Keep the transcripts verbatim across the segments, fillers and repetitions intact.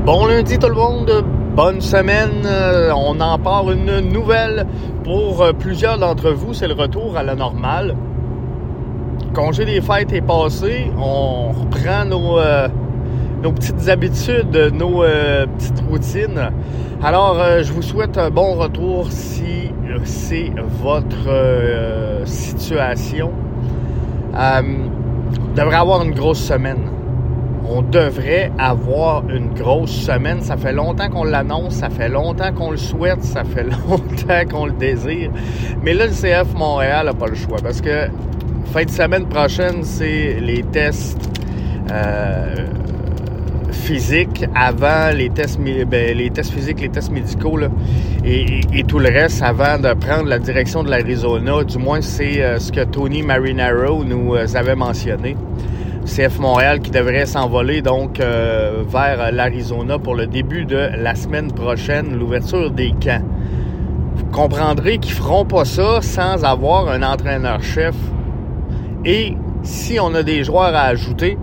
Bon lundi tout le monde, bonne semaine, euh, on en part une nouvelle pour euh, plusieurs d'entre vous, c'est le retour à la normale. Congé des fêtes est passé, on reprend nos, euh, nos petites habitudes, nos euh, petites routines. Alors euh, je vous souhaite un bon retour si euh, c'est votre euh, situation. Euh, on devrait avoir une grosse semaine. On devrait avoir une grosse semaine. Ça fait longtemps qu'on l'annonce, ça fait longtemps qu'on le souhaite, ça fait longtemps qu'on le désire. Mais là, le C F Montréal n'a pas le choix parce que fin de semaine prochaine, c'est les tests euh, physiques avant les tests, ben, les tests physiques, les tests médicaux là, et, et, et tout le reste avant de prendre la direction de l'Arizona. Du moins, c'est euh, ce que Tony Marinaro nous euh, avait mentionné. C F Montréal qui devrait s'envoler donc euh, vers l'Arizona pour le début de la semaine prochaine, l'ouverture des camps. Vous comprendrez qu'ils feront pas ça sans avoir un entraîneur-chef. Et si on a des joueurs à ajouter,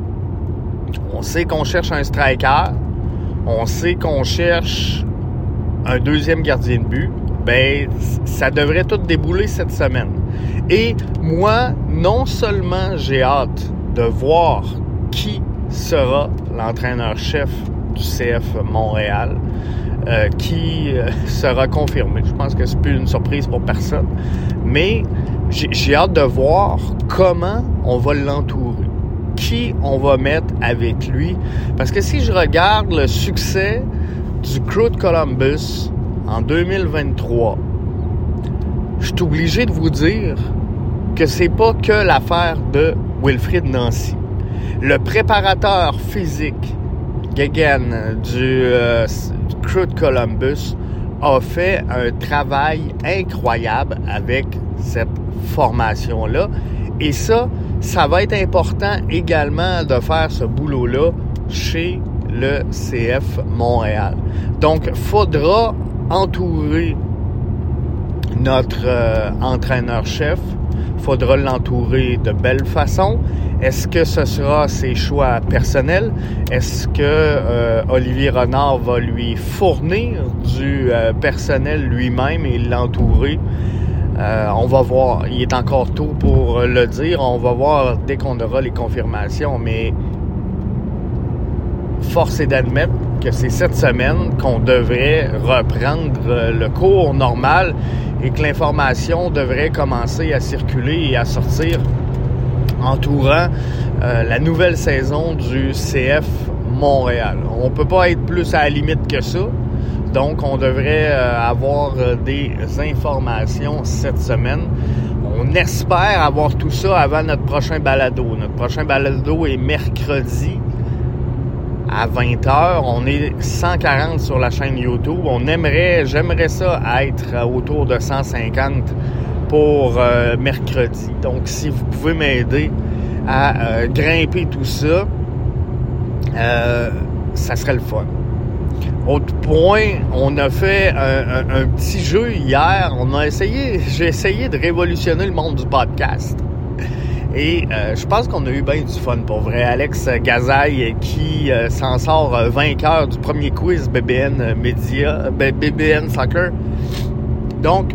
on sait qu'on cherche un striker, on sait qu'on cherche un deuxième gardien de but, ben ça devrait tout débouler cette semaine. Et moi, non seulement j'ai hâte de voir qui sera l'entraîneur-chef du C F Montréal, euh, qui euh, sera confirmé. Je pense que c'est plus une surprise pour personne. Mais j'ai, j'ai hâte de voir comment on va l'entourer. Qui on va mettre avec lui. Parce que si je regarde le succès du Crew de Columbus en deux mille vingt-trois, je suis obligé de vous dire que c'est pas que l'affaire de Wilfried Nancy. Le préparateur physique, Gueguen, du, euh, du Crew de Columbus, a fait un travail incroyable avec cette formation-là. Et ça, ça va être important également de faire ce boulot-là chez le C F Montréal. Donc, faudra entourer notre euh, entraîneur-chef. Faudra l'entourer de belle façon. Est-ce que ce sera ses choix personnels? Est-ce que euh, Olivier Renard va lui fournir du euh, personnel lui-même et l'entourer? Euh, on va voir. Il est encore tôt pour le dire. On va voir dès qu'on aura les confirmations. Mais force est d'admettre que c'est cette semaine qu'on devrait reprendre le cours normal et que l'information devrait commencer à circuler et à sortir entourant euh, la nouvelle saison du C F Montréal. On peut pas être plus à la limite que ça. Donc, on devrait euh, avoir euh, des informations cette semaine. On espère avoir tout ça avant notre prochain balado. Notre prochain balado est mercredi à vingt heures. On est cent quarante sur la chaîne YouTube. On aimerait, j'aimerais ça être autour de cent cinquante pour euh, mercredi. Donc, si vous pouvez m'aider à euh, grimper tout ça, euh, ça serait le fun. Autre point, on a fait un, un, un petit jeu hier. On a essayé, j'ai essayé de révolutionner le monde du podcast. Et euh, je pense qu'on a eu bien du fun pour vrai. Alex Gazaille qui euh, s'en sort euh, vainqueur du premier quiz B B N Media, B B N Soccer. Donc,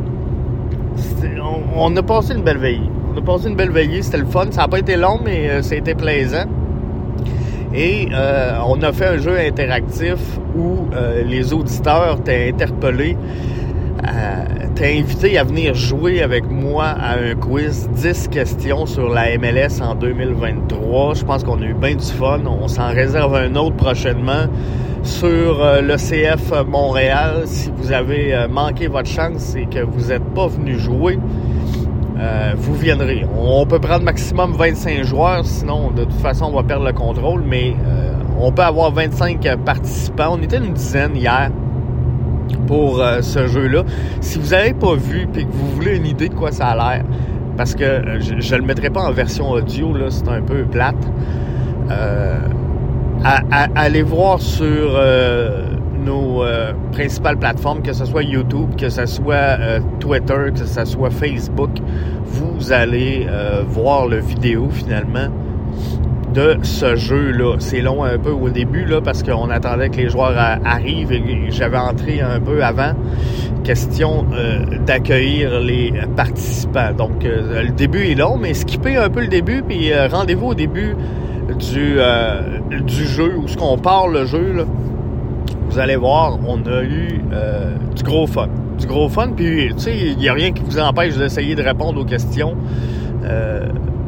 on, on a passé une belle veillée. On a passé une belle veillée, c'était le fun. Ça n'a pas été long, mais euh, ça a été plaisant. Et euh, on a fait un jeu interactif où euh, les auditeurs étaient interpellés. Euh, t'es invité à venir jouer avec moi à un quiz dix questions sur la M L S en deux mille vingt-trois. Je pense qu'on a eu bien du fun. On s'en réserve un autre prochainement sur euh, le C F Montréal. Si vous avez euh, manqué votre chance et que vous n'êtes pas venu jouer, euh, vous viendrez. On peut prendre maximum vingt-cinq joueurs, sinon de toute façon on va perdre le contrôle, mais euh, on peut avoir vingt-cinq participants. On était une dizaine hier pour euh, ce jeu-là. Si vous n'avez pas vu et que vous voulez une idée de quoi ça a l'air, parce que euh, je ne le mettrai pas en version audio, là, c'est un peu plate, euh, à, à, allez voir sur euh, nos euh, principales plateformes, que ce soit YouTube, que ce soit euh, Twitter, que ce soit Facebook, vous allez euh, voir le vidéo finalement de ce jeu-là. C'est long un peu au début, là, parce qu'on attendait que les joueurs a, arrivent et j'avais entré un peu avant. Question euh, d'accueillir les participants. Donc, euh, le début est long, mais skippez un peu le début, puis euh, rendez-vous au début du, euh, du jeu, où ce qu'on part le jeu, là. Vous allez voir, on a eu euh, du gros fun. Du gros fun, puis, tu sais, il n'y a rien qui vous empêche d'essayer de répondre aux questions euh,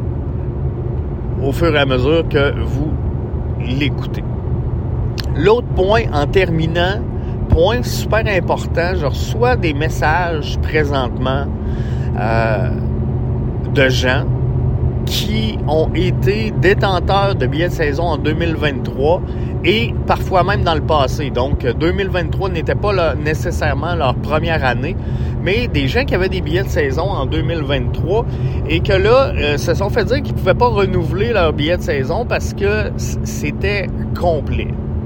au fur et à mesure que vous l'écoutez. L'autre point, en terminant, point super important, je reçois des messages présentement euh, de gens qui ont été détenteurs de billets de saison en deux mille vingt-trois et parfois même dans le passé. Donc, deux mille vingt-trois n'était pas là, nécessairement leur première année, mais des gens qui avaient des billets de saison en deux mille vingt-trois et que là, euh, se sont fait dire qu'ils ne pouvaient pas renouveler leur billet de saison parce que c'était complet.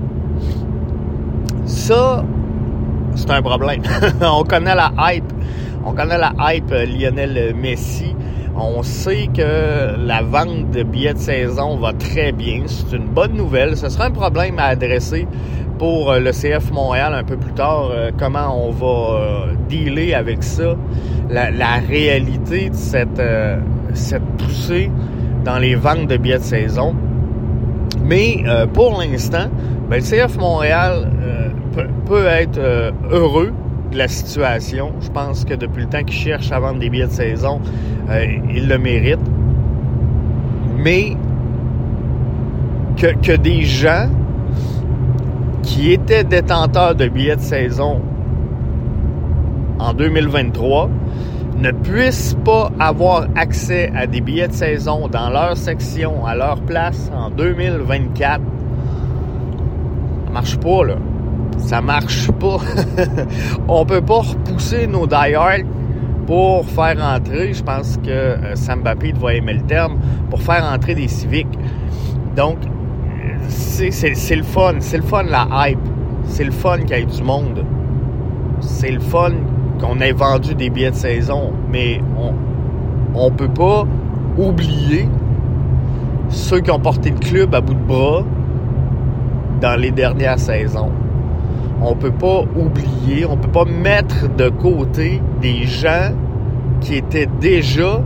Ça, c'est un problème. On connaît la hype. On connaît la hype euh, Lionel Messi. On sait que la vente de billets de saison va très bien. C'est une bonne nouvelle. Ce sera un problème à adresser pour le C F Montréal un peu plus tard. Euh, comment on va euh, dealer avec ça. La, la réalité de cette, euh, cette poussée dans les ventes de billets de saison. Mais euh, pour l'instant, ben, le C F Montréal euh, peut, peut être euh, heureux de la situation. Je pense que depuis le temps qu'ils cherchent à vendre des billets de saison, euh, ils le méritent. Mais que, que des gens qui étaient détenteurs de billets de saison en deux mille vingt-trois ne puissent pas avoir accès à des billets de saison dans leur section, à leur place en deux mille vingt-quatre, ça marche pas, là. Ça marche pas. On peut pas repousser nos die-hard pour faire entrer, je pense que euh, Sam Mbappé va aimer le terme, pour faire entrer des civiques. Donc, c'est, c'est, c'est le fun. C'est le fun, la hype. C'est le fun qu'il y ait du monde. C'est le fun qu'on ait vendu des billets de saison. Mais on on peut pas oublier ceux qui ont porté le club à bout de bras dans les dernières saisons. On peut pas oublier, on peut pas mettre de côté des gens qui étaient déjà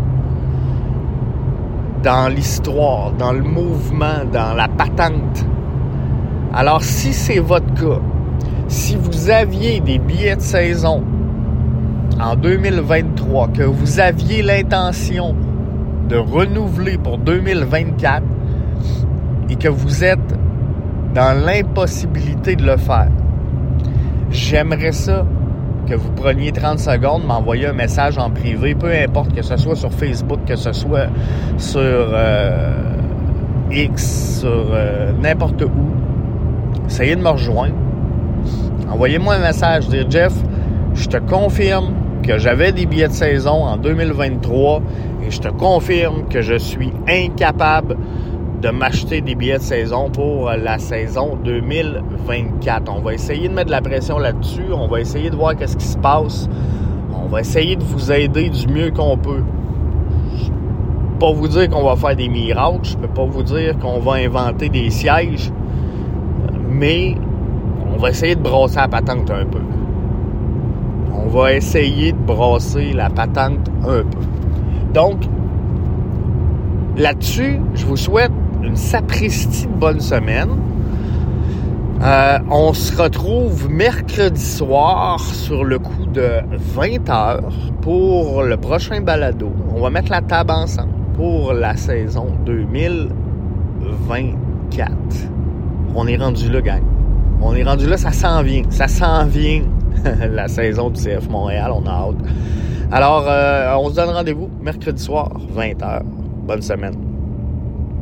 dans l'histoire, dans le mouvement, dans la patente. Alors, si c'est votre cas, si vous aviez des billets de saison en deux mille vingt-trois, que vous aviez l'intention de renouveler pour deux mille vingt-quatre et que vous êtes dans l'impossibilité de le faire, j'aimerais ça que vous preniez trente secondes, m'envoyer un message en privé, peu importe, que ce soit sur Facebook, que ce soit sur euh, X, sur euh, n'importe où. Essayez de me rejoindre. Envoyez-moi un message, dire « Jeff, je te confirme que j'avais des billets de saison en deux mille vingt-trois et je te confirme que je suis incapable de m'acheter des billets de saison pour la saison deux mille vingt-quatre. On va essayer de mettre de la pression là-dessus. On va essayer de voir qu'est-ce qui se passe. On va essayer de vous aider du mieux qu'on peut. Je peux pas vous dire qu'on va faire des miracles. Je peux pas vous dire qu'on va inventer des sièges. Mais on va essayer de brasser la patente un peu. On va essayer de brasser la patente un peu. Donc, là-dessus, je vous souhaite une sapristi de bonne semaine. Euh, on se retrouve mercredi soir sur le coup de vingt heures pour le prochain balado. On va mettre la table ensemble pour la saison deux mille vingt-quatre. On est rendu là, gang. On est rendu là, ça s'en vient. Ça s'en vient, la saison du C F Montréal. On a hâte. Alors, euh, on se donne rendez-vous mercredi soir, vingt heures. Bonne semaine.